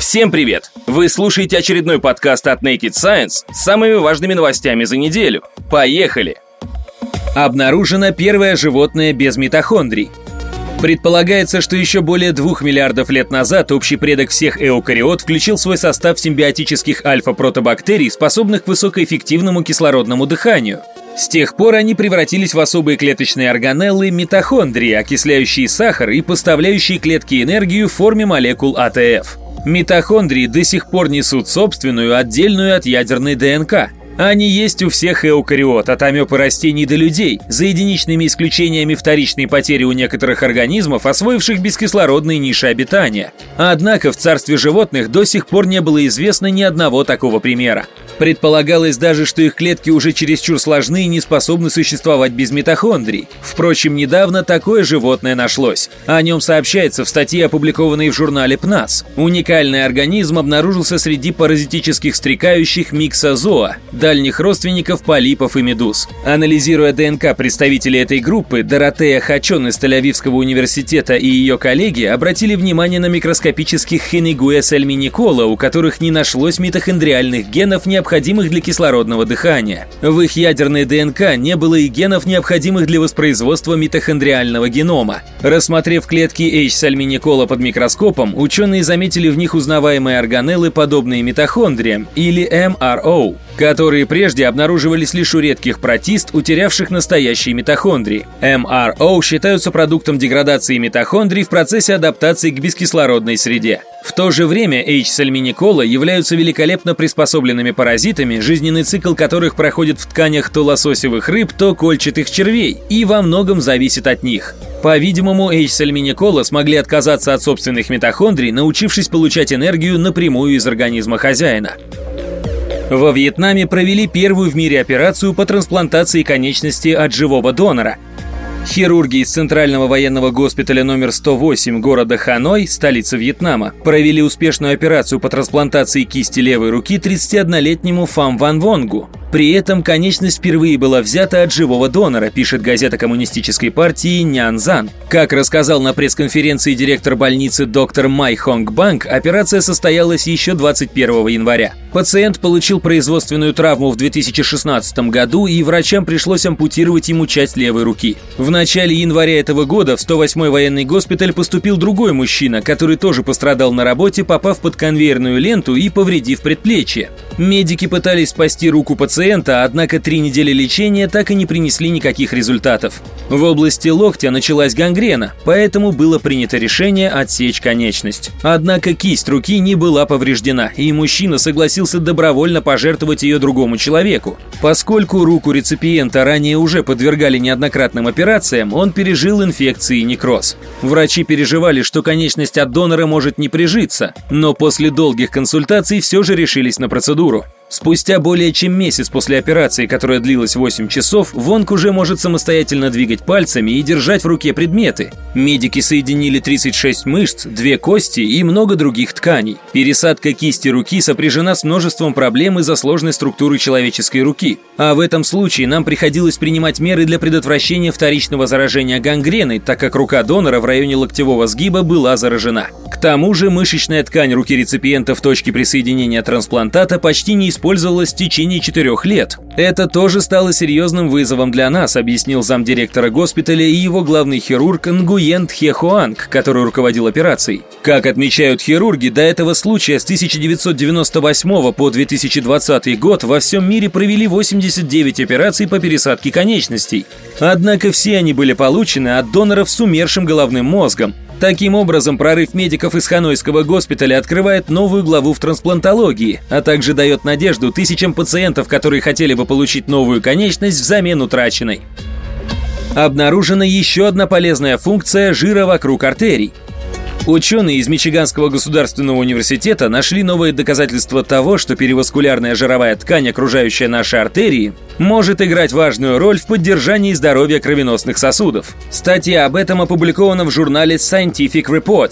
Всем привет! Вы слушаете очередной подкаст от Naked Science с самыми важными новостями за неделю. Поехали! Обнаружено первое животное без митохондрий. Предполагается, что еще более 2 миллиардов лет назад общий предок всех эукариот включил в свой состав симбиотических альфа-протобактерий, способных к высокоэффективному кислородному дыханию. С тех пор они превратились в особые клеточные органеллы митохондрии, окисляющие сахар и поставляющие клетке энергию в форме молекул АТФ. Митохондрии до сих пор несут собственную, отдельную от ядерной ДНК. Они есть у всех эукариот, от амеб и растений до людей, за единичными исключениями вторичной потери у некоторых организмов, освоивших бескислородные ниши обитания. Однако в царстве животных до сих пор не было известно ни одного такого примера. Предполагалось даже, что их клетки уже чересчур сложны и не способны существовать без митохондрий. Впрочем, недавно такое животное нашлось. О нем сообщается в статье, опубликованной в журнале PNAS. Уникальный организм обнаружился среди паразитических стрекающих миксозоа, дальних родственников полипов и медуз. Анализируя ДНК представителей этой группы, Доротея Хачон из Тель-Авивского университета и ее коллеги обратили внимание на микроскопических хенигуя сальминикола, у которых не нашлось митохондриальных генов, необходимых для кислородного дыхания. В их ядерной ДНК не было и генов, необходимых для воспроизводства митохондриального генома. Рассмотрев клетки H. сальминикола под микроскопом, ученые заметили в них узнаваемые органеллы, подобные митохондриям, или MRO, которые прежде обнаруживались лишь у редких протист, утерявших настоящие митохондрии. MRO считаются продуктом деградации митохондрий в процессе адаптации к бескислородной среде. В то же время H. сальминикола являются великолепно приспособленными паразитами, жизненный цикл которых проходит в тканях то лососевых рыб, то кольчатых червей, и во многом зависит от них. По-видимому, H. сальминикола смогли отказаться от собственных митохондрий, научившись получать энергию напрямую из организма хозяина. Во Вьетнаме провели первую в мире операцию по трансплантации конечности от живого донора. Хирурги из Центрального военного госпиталя номер 108 города Ханой, столица Вьетнама, провели успешную операцию по трансплантации кисти левой руки 31-летнему Фам Ван Вонгу. При этом конечность впервые была взята от живого донора, пишет газета коммунистической партии Нянзан. Как рассказал на пресс-конференции директор больницы доктор Май Хонг Банг, операция состоялась еще 21 января. Пациент получил производственную травму в 2016 году, и врачам пришлось ампутировать ему часть левой руки. В начале января этого года в 108-й военный госпиталь поступил другой мужчина, который тоже пострадал на работе, попав под конвейерную ленту и повредив предплечье. Медики пытались спасти руку пациента, однако 3 недели лечения так и не принесли никаких результатов. В области локтя началась гангрена, поэтому было принято решение отсечь конечность. Однако кисть руки не была повреждена, и мужчина согласился добровольно пожертвовать ее другому человеку. Поскольку руку реципиента ранее уже подвергали неоднократным операциям, он пережил инфекции и некроз. Врачи переживали, что конечность от донора может не прижиться, но после долгих консультаций все же решились на процедуру. Спустя более чем месяц после операции, которая длилась 8 часов, Вонг уже может самостоятельно двигать пальцами и держать в руке предметы. Медики соединили 36 мышц, 2 кости и много других тканей. Пересадка кисти руки сопряжена с множеством проблем из-за сложной структуры человеческой руки. А в этом случае нам приходилось принимать меры для предотвращения вторичного заражения гангреной, так как рука донора в районе локтевого сгиба была заражена. К тому же мышечная ткань руки реципиента в точке присоединения трансплантата почти не использовалась в течение 4 лет. Это тоже стало серьезным вызовом для нас, объяснил замдиректора госпиталя и его главный хирург Нгуен Тхе Хуанг, который руководил операцией. Как отмечают хирурги, до этого случая с 1998 по 2020 год во всем мире провели 89 операций по пересадке конечностей. Однако все они были получены от доноров с умершим головным мозгом. Таким образом, прорыв медиков из Ханойского госпиталя открывает новую главу в трансплантологии, а также дает надежду тысячам пациентов, которые хотели бы получить новую конечность взамен утраченной. Обнаружена еще одна полезная функция жира вокруг артерий. Ученые из Мичиганского государственного университета нашли новые доказательства того, что периваскулярная жировая ткань, окружающая наши артерии, может играть важную роль в поддержании здоровья кровеносных сосудов. Статья об этом опубликована в журнале Scientific Reports.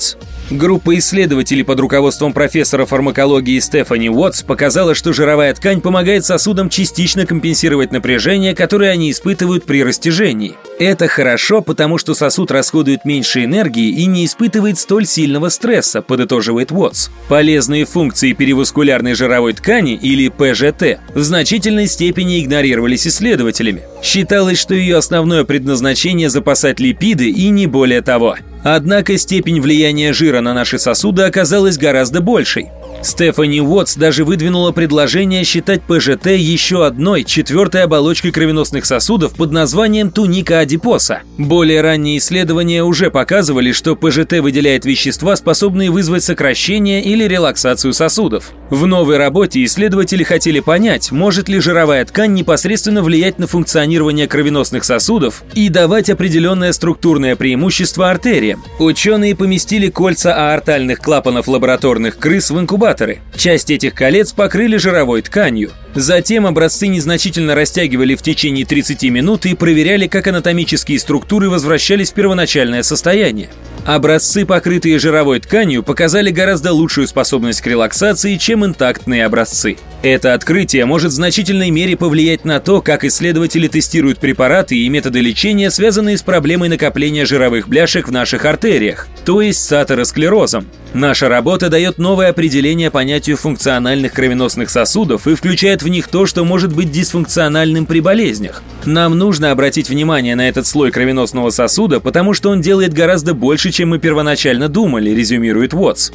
Группа исследователей под руководством профессора фармакологии Стефани Уотс показала, что жировая ткань помогает сосудам частично компенсировать напряжение, которое они испытывают при растяжении. Это хорошо, потому что сосуд расходует меньше энергии и не испытывает столь сильного стресса, подытоживает Уотс. Полезные функции периваскулярной жировой ткани, или ПЖТ, в значительной степени игнорировались исследователями. Считалось, что ее основное предназначение – запасать липиды и не более того. Однако степень влияния жира на наши сосуды оказалась гораздо большей. Стефани Уотс даже выдвинула предложение считать ПЖТ еще одной, четвертой оболочкой кровеносных сосудов под названием туника адипоса. Более ранние исследования уже показывали, что ПЖТ выделяет вещества, способные вызвать сокращение или релаксацию сосудов. В новой работе исследователи хотели понять, может ли жировая ткань непосредственно влиять на функционирование кровеносных сосудов и давать определенное структурное преимущество артериям. Ученые поместили кольца аортальных клапанов лабораторных крыс в инкубатор. Часть этих колец покрыли жировой тканью. Затем образцы незначительно растягивали в течение 30 минут и проверяли, как анатомические структуры возвращались в первоначальное состояние. Образцы, покрытые жировой тканью, показали гораздо лучшую способность к релаксации, чем интактные образцы. Это открытие может в значительной мере повлиять на то, как исследователи тестируют препараты и методы лечения, связанные с проблемой накопления жировых бляшек в наших артериях, то есть с атеросклерозом. Наша работа дает новое определение понятию функциональных кровеносных сосудов и включает в них то, что может быть дисфункциональным при болезнях. Нам нужно обратить внимание на этот слой кровеносного сосуда, потому что он делает гораздо больше, чем мы первоначально думали, резюмирует Уотс.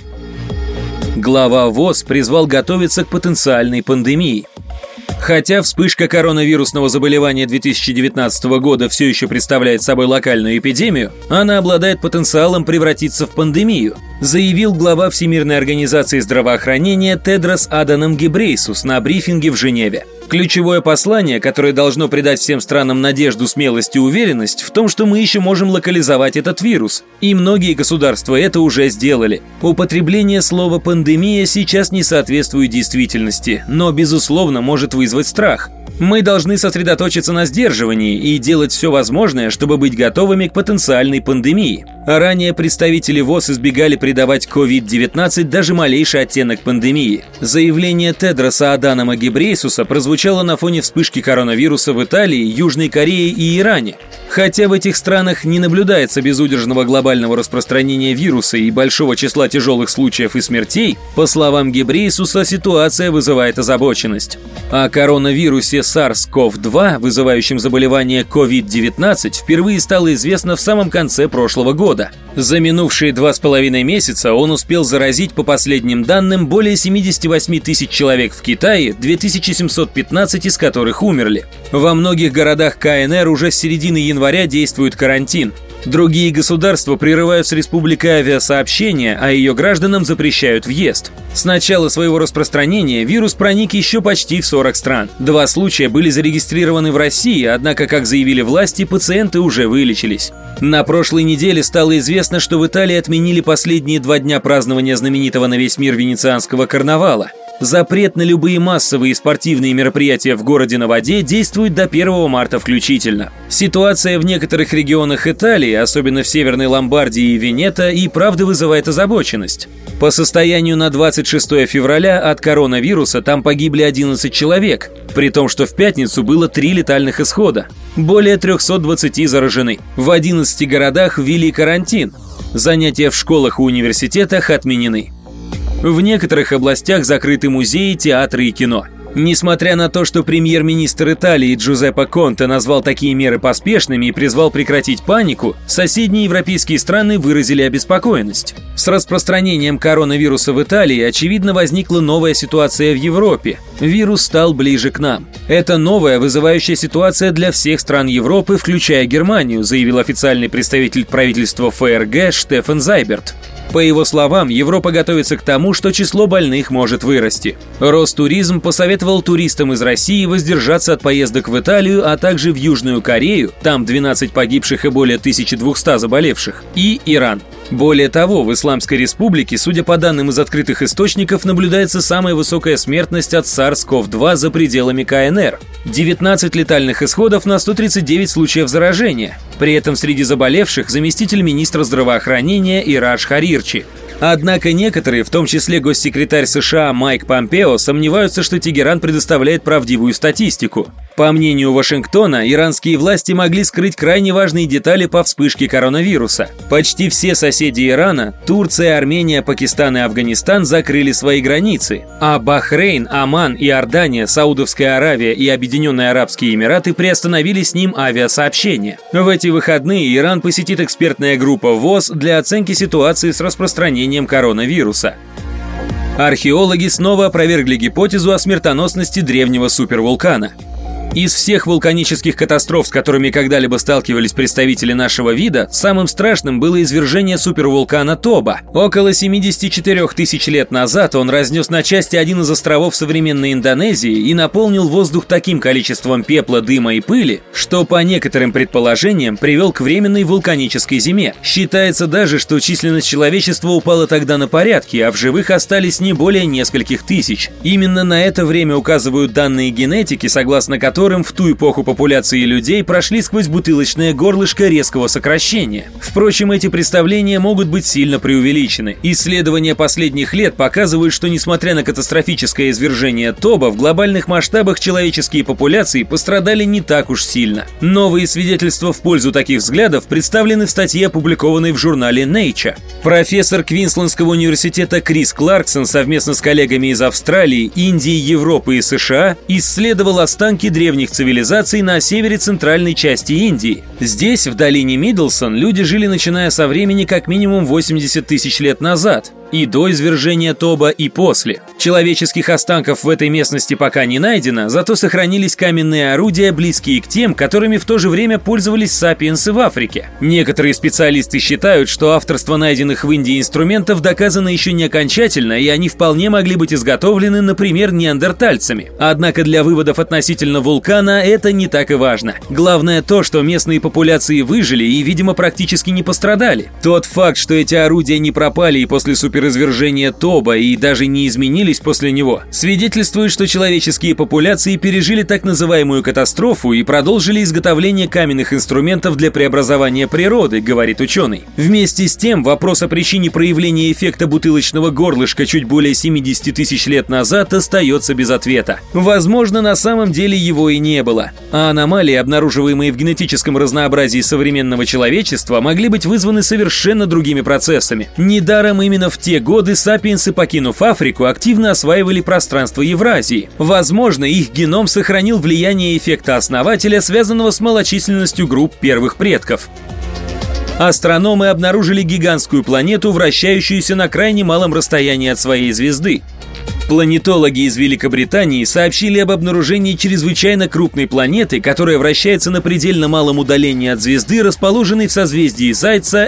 Глава ВОЗ призвал готовиться к потенциальной пандемии. Хотя вспышка коронавирусного заболевания 2019 года все еще представляет собой локальную эпидемию, она обладает потенциалом превратиться в пандемию, заявил глава Всемирной организации здравоохранения Тедрос Аданом Гебрейсус на брифинге в Женеве. Ключевое послание, которое должно придать всем странам надежду, смелость и уверенность, в том, что мы еще можем локализовать этот вирус. И многие государства это уже сделали. Употребление слова «пандемия» сейчас не соответствует действительности, но, безусловно, может вызвать страх. Мы должны сосредоточиться на сдерживании и делать все возможное, чтобы быть готовыми к потенциальной пандемии. Ранее представители ВОЗ избегали придавать COVID-19 даже малейший оттенок пандемии. Заявление Тедроса Аданома Гебрейсуса прозвучало на фоне вспышки коронавируса в Италии, Южной Корее и Иране. Хотя в этих странах не наблюдается безудержного глобального распространения вируса и большого числа тяжелых случаев и смертей, по словам Гебрейсуса, ситуация вызывает озабоченность. О коронавирусе SARS-CoV-2, вызывающем заболевание COVID-19, впервые стало известно в самом конце прошлого года. За минувшие 2,5 месяца он успел заразить, по последним данным, более 78 тысяч человек в Китае, 2715 из которых умерли. Во многих городах КНР уже с середины января действует карантин. Другие государства прерывают с республикой авиасообщения, а ее гражданам запрещают въезд. С начала своего распространения вирус проник еще почти в 40 стран. 2 случая были зарегистрированы в России, однако, как заявили власти, пациенты уже вылечились. На прошлой неделе стало известно, что в Италии отменили последние 2 дня празднования знаменитого на весь мир венецианского карнавала. Запрет на любые массовые спортивные мероприятия в городе на воде действует до 1 марта включительно. Ситуация в некоторых регионах Италии, особенно в Северной Ломбардии и Венето, и правда вызывает озабоченность. По состоянию на 26 февраля от коронавируса там погибли 11 человек, при том, что в пятницу было 3 летальных исхода. Более 320 заражены. В 11 городах ввели карантин. Занятия в школах и университетах отменены. В некоторых областях закрыты музеи, театры и кино. Несмотря на то, что премьер-министр Италии Джузеппе Конте назвал такие меры поспешными и призвал прекратить панику, соседние европейские страны выразили обеспокоенность. С распространением коронавируса в Италии, очевидно, возникла новая ситуация в Европе. Вирус стал ближе к нам. Это новая вызывающая ситуация для всех стран Европы, включая Германию, заявил официальный представитель правительства ФРГ Штефан Зайберт. По его словам, Европа готовится к тому, что число больных может вырасти. Ростуризм посоветовал туристам из России воздержаться от поездок в Италию, а также в Южную Корею, там 12 погибших и более 1200 заболевших, и Иран. Более того, в Исламской Республике, судя по данным из открытых источников, наблюдается самая высокая смертность от SARS-CoV-2 за пределами КНР. 19 летальных исходов на 139 случаев заражения. При этом среди заболевших заместитель министра здравоохранения Ираш Харирчи. Однако некоторые, в том числе госсекретарь США Майк Помпео, сомневаются, что Тегеран предоставляет правдивую статистику. По мнению Вашингтона, иранские власти могли скрыть крайне важные детали по вспышке коронавируса. Почти все соседи Ирана – Турция, Армения, Пакистан и Афганистан – закрыли свои границы, а Бахрейн, Оман, Иордания, Саудовская Аравия и Объединенные Арабские Эмираты приостановили с ним авиасообщение. В эти выходные Иран посетит экспертная группа ВОЗ для оценки ситуации с распространением коронавируса. Археологи снова опровергли гипотезу о смертоносности древнего супервулкана. Из всех вулканических катастроф, с которыми когда-либо сталкивались представители нашего вида, самым страшным было извержение супервулкана Тоба. Около 74 тысяч лет назад он разнес на части один из островов современной Индонезии и наполнил воздух таким количеством пепла, дыма и пыли, что, по некоторым предположениям, привел к временной вулканической зиме. Считается даже, что численность человечества упала тогда на порядки, а в живых остались не более нескольких тысяч. Именно на это время указывают данные генетики, согласно которым в ту эпоху популяции людей прошли сквозь бутылочное горлышко резкого сокращения. Впрочем, эти представления могут быть сильно преувеличены. Исследования последних лет показывают, что несмотря на катастрофическое извержение Тоба, в глобальных масштабах человеческие популяции пострадали не так уж сильно. Новые свидетельства в пользу таких взглядов представлены в статье, опубликованной в журнале Nature. Профессор Квинслендского университета Крис Кларксон совместно с коллегами из Австралии, Индии, Европы и США исследовал останки древних цивилизаций на севере центральной части Индии. Здесь, в долине Миддлсон, люди жили начиная со времени как минимум 80 тысяч лет назад. И до извержения Тоба, и после. Человеческих останков в этой местности пока не найдено, зато сохранились каменные орудия, близкие к тем, которыми в то же время пользовались сапиенсы в Африке. Некоторые специалисты считают, что авторство найденных в Индии инструментов доказано еще не окончательно, и они вполне могли быть изготовлены, например, неандертальцами. Однако для выводов относительно вулкана это не так и важно. Главное то, что местные популяции выжили и, видимо, практически не пострадали. Тот факт, что эти орудия не пропали и после суперизвержения Тоба и даже не изменились после него, свидетельствует, что человеческие популяции пережили так называемую катастрофу и продолжили изготовление каменных инструментов для преобразования природы, говорит ученый. Вместе с тем, вопрос о причине проявления эффекта бутылочного горлышка чуть более 70 тысяч лет назад остается без ответа. Возможно, на самом деле его и не было. А аномалии, обнаруживаемые в генетическом разнообразии современного человечества, могли быть вызваны совершенно другими процессами. Недаром именно в те годы сапиенсы, покинув Африку, активно осваивали пространство Евразии. Возможно, их геном сохранил влияние эффекта основателя, связанного с малочисленностью групп первых предков. Астрономы обнаружили гигантскую планету, вращающуюся на крайне малом расстоянии от своей звезды. Планетологи из Великобритании сообщили об обнаружении чрезвычайно крупной планеты, которая вращается на предельно малом удалении от звезды, расположенной в созвездии Зайца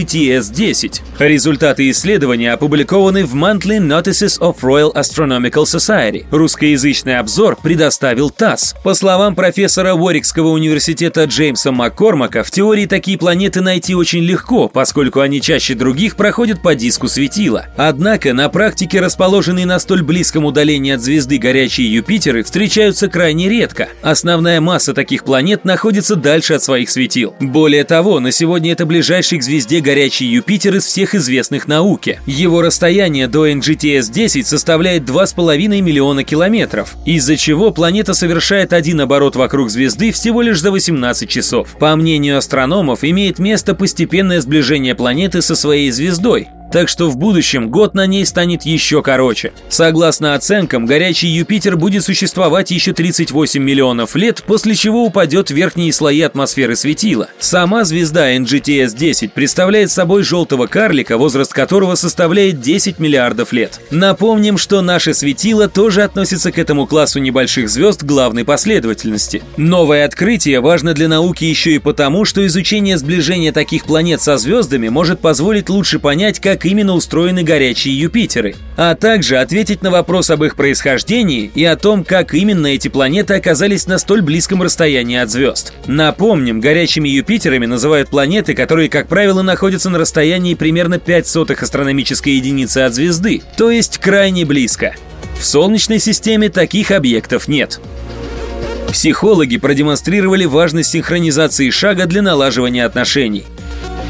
NGTS-10. Результаты исследования опубликованы в Monthly Notices of Royal Astronomical Society. Русскоязычный обзор предоставил ТАСС. По словам профессора Уорикского университета Джеймса Маккормака, в теории такие планеты найти очень легко, поскольку они чаще других проходят по диску светила. Однако на практике расположенные на столь близком удалении от звезды горячие Юпитеры встречаются крайне редко. Основная масса таких планет находится дальше от своих светил. Более того, на сегодня это ближайший к звезде горячий Юпитер из всех известных науке. Его расстояние до NGTS-10 составляет 2,5 миллиона километров, из-за чего планета совершает один оборот вокруг звезды всего лишь за 18 часов. По мнению астрономов, имеет место постепенное сближение планеты со своей звездой. Так что в будущем год на ней станет еще короче. Согласно оценкам, горячий Юпитер будет существовать еще 38 миллионов лет, после чего упадет в верхние слои атмосферы светила. Сама звезда NGTS-10 представляет собой желтого карлика, возраст которого составляет 10 миллиардов лет. Напомним, что наше светило тоже относится к этому классу небольших звезд главной последовательности. Новое открытие важно для науки еще и потому, что изучение сближения таких планет со звездами может позволить лучше понять, как именно устроены горячие Юпитеры, а также ответить на вопрос об их происхождении и о том, как именно эти планеты оказались на столь близком расстоянии от звезд. Напомним, горячими Юпитерами называют планеты, которые, как правило, находятся на расстоянии примерно 0,05 астрономической единицы от звезды, то есть крайне близко. В Солнечной системе таких объектов нет. Психологи продемонстрировали важность синхронизации шага для налаживания отношений.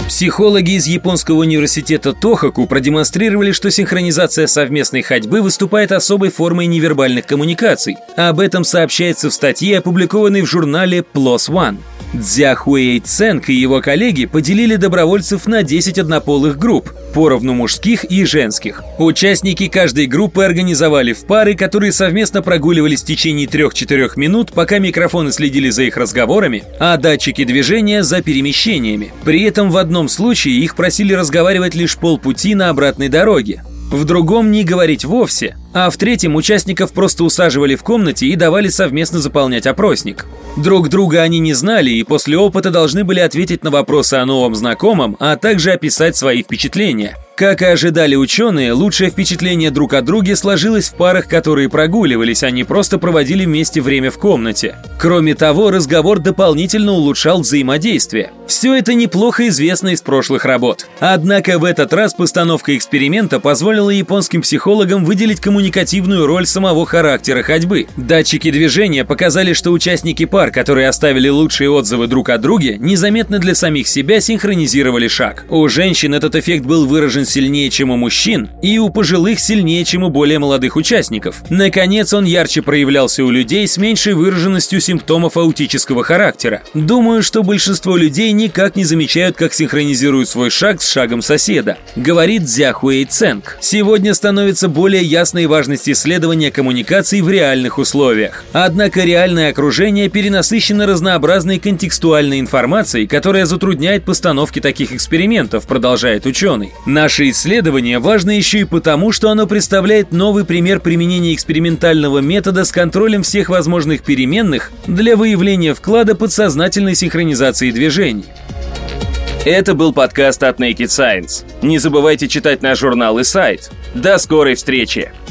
Психологи из японского университета Тохаку продемонстрировали, что синхронизация совместной ходьбы выступает особой формой невербальных коммуникаций. Об этом сообщается в статье, опубликованной в журнале PLOS ONE. Цзяхуэй Цэнг и его коллеги поделили добровольцев на 10 однополых групп, поровну мужских и женских. Участники каждой группы организовали в пары, которые совместно прогуливались в течение 3-4 минут, пока микрофоны следили за их разговорами, а датчики движения за перемещениями. При этом в одном случае их просили разговаривать лишь полпути на обратной дороге. В другом не говорить вовсе, а в третьем участников просто усаживали в комнате и давали совместно заполнять опросник. Друг друга они не знали и после опыта должны были ответить на вопросы о новом знакомом, а также описать свои впечатления. Как и ожидали ученые, лучшее впечатление друг о друге сложилось в парах, которые прогуливались, а не просто проводили вместе время в комнате. Кроме того, разговор дополнительно улучшал взаимодействие. Все это неплохо известно из прошлых работ. Однако в этот раз постановка эксперимента позволила японским психологам выделить коммуникативную роль самого характера ходьбы. Датчики движения показали, что участники пар, которые оставили лучшие отзывы друг о друге, незаметно для самих себя синхронизировали шаг. У женщин этот эффект был выражен сильнее, чем у мужчин, и у пожилых сильнее, чем у более молодых участников. Наконец, он ярче проявлялся у людей с меньшей выраженностью симптомов аутического характера. Думаю, что большинство людей никак не замечают, как синхронизируют свой шаг с шагом соседа, говорит Цзяхуэй Цэнг. Сегодня становится более ясной важность исследования коммуникаций в реальных условиях. Однако реальное окружение перенасыщено разнообразной контекстуальной информацией, которая затрудняет постановки таких экспериментов, продолжает ученый. Наше исследование важно еще и потому, что оно представляет новый пример применения экспериментального метода с контролем всех возможных переменных для выявления вклада подсознательной синхронизации движений. Это был подкаст от Naked Science. Не забывайте читать наш журнал и сайт. До скорой встречи!